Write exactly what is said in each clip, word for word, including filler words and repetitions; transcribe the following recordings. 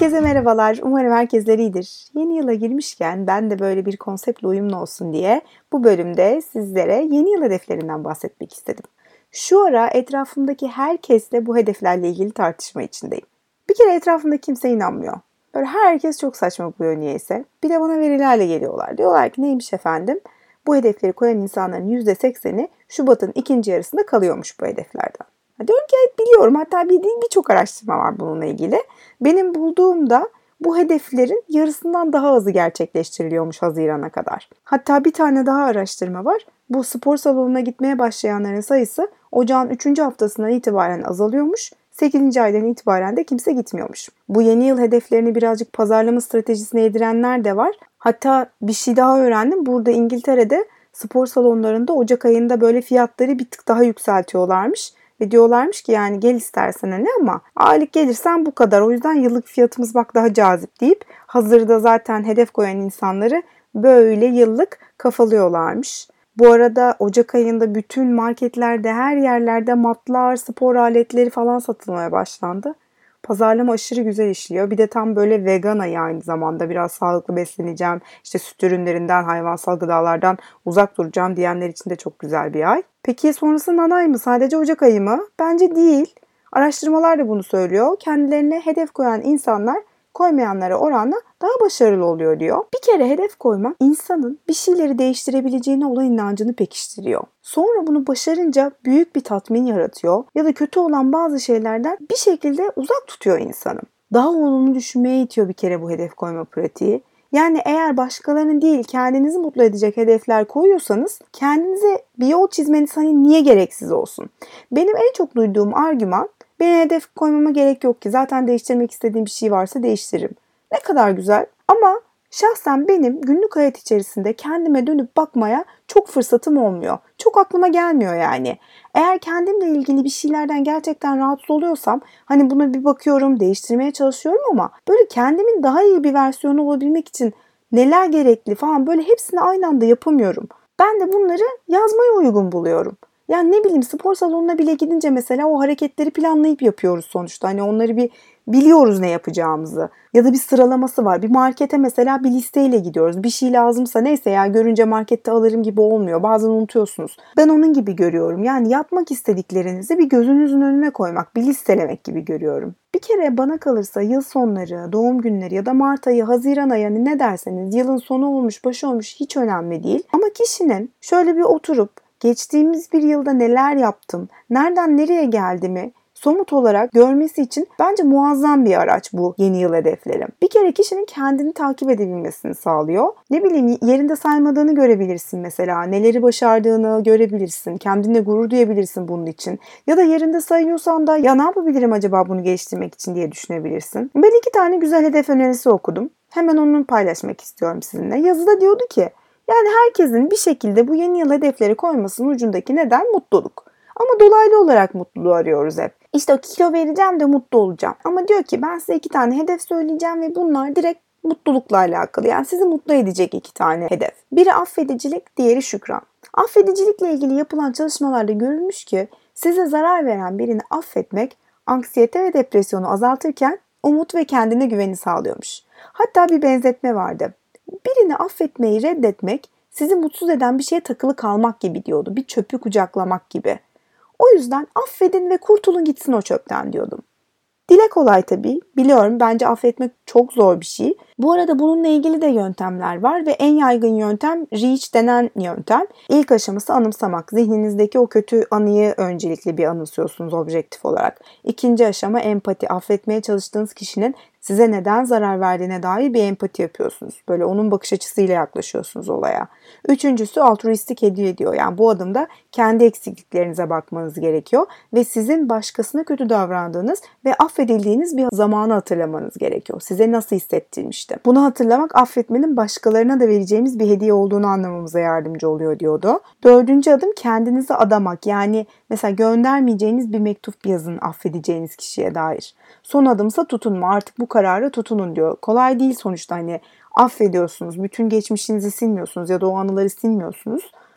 Herkese merhabalar. Umarım herkesler iyidir. Yeni yıla girmişken ben de böyle bir konseptle uyumlu olsun diye bu bölümde sizlere yeni yıl hedeflerinden bahsetmek istedim. Şu ara etrafımdaki herkesle bu hedeflerle ilgili tartışma içindeyim. Bir kere etrafımda kimse inanmıyor. Böyle herkes çok saçma buluyor niyeyse. Bir de bana verilerle geliyorlar. Diyorlar ki neymiş efendim? Bu hedefleri koyan insanların yüzde sekseni Şubat'ın ikinci yarısında kalıyormuş bu hedeflerden. Diyorum ki evet biliyorum, hatta bildiğim birçok araştırma var bununla ilgili. Benim bulduğumda bu hedeflerin yarısından daha azı gerçekleştiriliyormuş Haziran'a kadar. Hatta bir tane daha araştırma var. Bu spor salonuna gitmeye başlayanların sayısı Ocağın üçüncü haftasından itibaren azalıyormuş. sekizinci aydan itibaren de kimse gitmiyormuş. Bu yeni yıl hedeflerini birazcık pazarlama stratejisine yedirenler de var. Hatta bir şey daha öğrendim. Burada İngiltere'de spor salonlarında Ocak ayında böyle fiyatları bir tık daha yükseltiyorlarmış. Ve diyorlarmış ki yani gel istersen hani ama aylık gelirsen bu kadar. O yüzden yıllık fiyatımız bak daha cazip deyip hazırda zaten hedef koyan insanları böyle yıllık kafalıyorlarmış. Bu arada Ocak ayında bütün marketlerde, her yerlerde matlar, spor aletleri falan satılmaya başlandı. Pazarlama aşırı güzel işliyor. Bir de tam böyle vegan ayı aynı zamanda. Biraz sağlıklı besleneceğim, işte süt ürünlerinden, hayvansal gıdalardan uzak duracağım diyenler için de çok güzel bir ay. Peki sonrası nanay mı? Sadece Ocak ayı mı? Bence değil. Araştırmalar da bunu söylüyor. Kendilerine hedef koyan insanlar koymayanlara oranla daha başarılı oluyor diyor. Bir kere hedef koymak insanın bir şeyleri değiştirebileceğine olan inancını pekiştiriyor. Sonra bunu başarınca büyük bir tatmin yaratıyor ya da kötü olan bazı şeylerden bir şekilde uzak tutuyor insanı. Daha olumlu düşünmeye itiyor bir kere bu hedef koyma pratiği. Yani eğer başkalarının değil kendinizi mutlu edecek hedefler koyuyorsanız kendinize bir yol çizmeniz hani niye gereksiz olsun? Benim en çok duyduğum argüman benim hedef koymama gerek yok ki zaten değiştirmek istediğim bir şey varsa değiştiririm. Ne kadar güzel ama şahsen benim günlük hayat içerisinde kendime dönüp bakmaya çok fırsatım olmuyor. Çok aklıma gelmiyor yani. Eğer kendimle ilgili bir şeylerden gerçekten rahatsız oluyorsam hani buna bir bakıyorum, değiştirmeye çalışıyorum ama böyle kendimin daha iyi bir versiyonu olabilmek için neler gerekli falan böyle hepsini aynı anda yapamıyorum. Ben de bunları yazmaya uygun buluyorum. Yani ne bileyim spor salonuna bile gidince mesela o hareketleri planlayıp yapıyoruz sonuçta. Hani onları bir biliyoruz ne yapacağımızı. Ya da bir sıralaması var. Bir markete mesela bir listeyle gidiyoruz. Bir şey lazımsa neyse ya görünce markette alırım gibi olmuyor. Bazen unutuyorsunuz. Ben onun gibi görüyorum. Yani yapmak istediklerinizi bir gözünüzün önüne koymak, bir listelemek gibi görüyorum. Bir kere bana kalırsa yıl sonları, doğum günleri ya da Mart ayı, Haziran ayı hani ne derseniz yılın sonu olmuş, başı olmuş hiç önemli değil. Ama kişinin şöyle bir oturup geçtiğimiz bir yılda neler yaptım, nereden nereye geldiğimi somut olarak görmesi için bence muazzam bir araç bu yeni yıl hedeflerim. Bir kere kişinin kendini takip edebilmesini sağlıyor. Ne bileyim yerinde saymadığını görebilirsin mesela. Neleri başardığını görebilirsin. Kendine gurur duyabilirsin bunun için. Ya da yerinde sayıyorsan da ya ne yapabilirim acaba bunu geliştirmek için diye düşünebilirsin. Ben iki tane güzel hedef önerisi okudum. Hemen onu paylaşmak istiyorum sizinle. Yazıda diyordu ki yani herkesin bir şekilde bu yeni yıl hedefleri koymasının ucundaki neden mutluluk. Ama dolaylı olarak mutluluğu arıyoruz hep. İşte o kilo vereceğim de mutlu olacağım. Ama diyor ki ben size iki tane hedef söyleyeceğim ve bunlar direkt mutlulukla alakalı. Yani sizi mutlu edecek iki tane hedef. Biri affedicilik, diğeri şükran. Affedicilikle ilgili yapılan çalışmalarda görülmüş ki size zarar veren birini affetmek anksiyete ve depresyonu azaltırken umut ve kendine güveni sağlıyormuş. Hatta bir benzetme vardı. Birini affetmeyi reddetmek sizi mutsuz eden bir şeye takılı kalmak gibi diyordu. Bir çöpü kucaklamak gibi. O yüzden affedin ve kurtulun gitsin o çöpten diyordum. Dile kolay tabii. Biliyorum bence affetmek çok zor bir şey. Bu arada bununla ilgili de yöntemler var ve en yaygın yöntem REACH denen yöntem. İlk aşaması anımsamak. Zihninizdeki o kötü anıyı öncelikli bir anımsıyorsunuz objektif olarak. İkinci aşama empati. Affetmeye çalıştığınız kişinin size neden zarar verdiğine dair bir empati yapıyorsunuz. Böyle onun bakış açısıyla yaklaşıyorsunuz olaya. Üçüncüsü altruistik hediye ediyor. Yani bu adımda kendi eksikliklerinize bakmanız gerekiyor ve sizin başkasına kötü davrandığınız ve affedildiğiniz bir zamanı hatırlamanız gerekiyor. Size nasıl hissettirmişti? Bunu hatırlamak affetmenin başkalarına da vereceğimiz bir hediye olduğunu anlamamıza yardımcı oluyor diyordu. Dördüncü adım kendinizi adamak. Yani mesela göndermeyeceğiniz bir mektup yazın affedeceğiniz kişiye dair. Son adımsa tutunma. Artık bu kararı tutunun diyor. Kolay değil sonuçta hani affediyorsunuz. Bütün geçmişinizi silmiyorsunuz ya da o anıları silmiyorsunuz.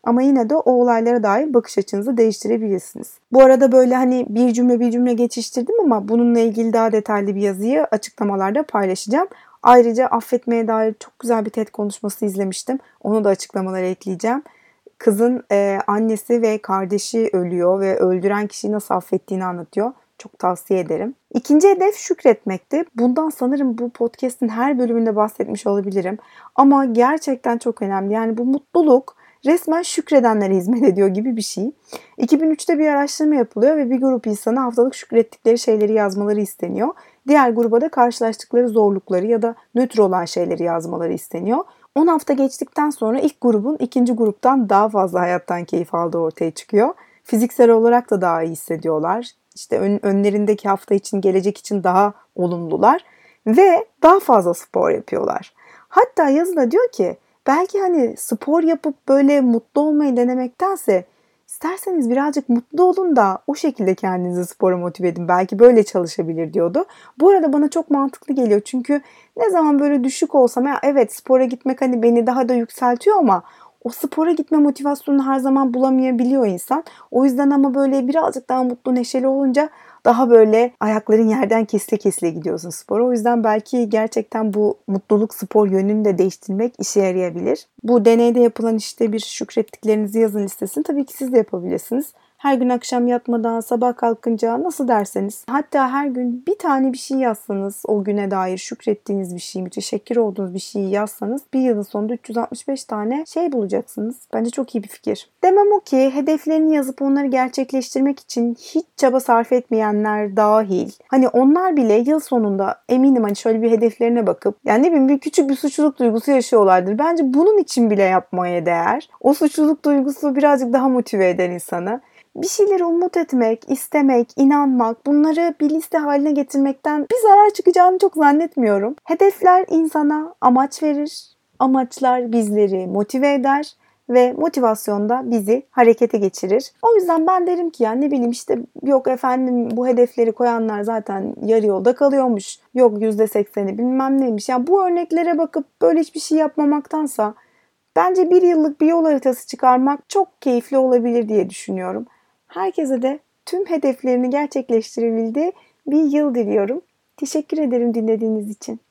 Ama yine de o olaylara dair bakış açınızı değiştirebilirsiniz. Bu arada böyle hani bir cümle bir cümle geçiştirdim ama bununla ilgili daha detaylı bir yazıyı açıklamalarda paylaşacağım. Ayrıca affetmeye dair çok güzel bir TED konuşması izlemiştim. Onu da açıklamalara ekleyeceğim. Kızın e, annesi ve kardeşi ölüyor ve öldüren kişiyi nasıl affettiğini anlatıyor. Çok tavsiye ederim. İkinci hedef şükretmekti. Bundan sanırım bu podcast'in her bölümünde bahsetmiş olabilirim. Ama gerçekten çok önemli. Yani bu mutluluk resmen şükredenlere hizmet ediyor gibi bir şey. iki bin üçte bir araştırma yapılıyor ve bir grup insana haftalık şükrettikleri şeyleri yazmaları isteniyor. Diğer gruba da karşılaştıkları zorlukları ya da nötr olan şeyleri yazmaları isteniyor. on hafta geçtikten sonra ilk grubun ikinci gruptan daha fazla hayattan keyif aldığı ortaya çıkıyor. Fiziksel olarak da daha iyi hissediyorlar. İşte ön, önlerindeki hafta için, gelecek için daha olumlular ve daha fazla spor yapıyorlar. Hatta yazıda diyor ki belki hani spor yapıp böyle mutlu olmayı denemektense isterseniz birazcık mutlu olun da o şekilde kendinizi spora motive edin. Belki böyle çalışabilir diyordu. Bu arada bana çok mantıklı geliyor. Çünkü ne zaman böyle düşük olsam ya evet spora gitmek hani beni daha da yükseltiyor ama o spora gitme motivasyonunu her zaman bulamayabiliyor insan. O yüzden ama böyle birazcık daha mutlu, neşeli olunca daha böyle ayakların yerden kesile kesile gidiyorsun spora. O yüzden belki gerçekten bu mutluluk spor yönünü de değiştirmek işe yarayabilir. Bu deneyde yapılan işte bir şükrettiklerinizi yazın listesini tabii ki siz de yapabilirsiniz. Her gün akşam yatmadan, sabah kalkınca nasıl derseniz. Hatta her gün bir tane bir şey yazsanız, o güne dair şükrettiğiniz bir şey, müteşekkir olduğunuz bir şeyi yazsanız bir yılın sonunda üç yüz altmış beş tane şey bulacaksınız. Bence çok iyi bir fikir. Demem o ki hedeflerini yazıp onları gerçekleştirmek için hiç çaba sarf etmeyenler dahil. Hani onlar bile yıl sonunda eminim hani şöyle bir hedeflerine bakıp yani ne bileyim bir küçük bir suçluluk duygusu yaşıyorlardır. Bence bunun için bile yapmaya değer. O suçluluk duygusu birazcık daha motive eder insanı. Bir şeyleri umut etmek, istemek, inanmak, bunları bir liste haline getirmekten bir zarar çıkacağını çok zannetmiyorum. Hedefler insana amaç verir, amaçlar bizleri motive eder ve motivasyon da bizi harekete geçirir. O yüzden ben derim ki ya ne bileyim işte yok efendim bu hedefleri koyanlar zaten yarı yolda kalıyormuş, yok yüzde sekseni bilmem neymiş. Yani bu örneklere bakıp böyle hiçbir şey yapmamaktansa bence bir yıllık bir yol haritası çıkarmak çok keyifli olabilir diye düşünüyorum. Herkese de tüm hedeflerini gerçekleştirebildiği bir yıl diliyorum. Teşekkür ederim dinlediğiniz için.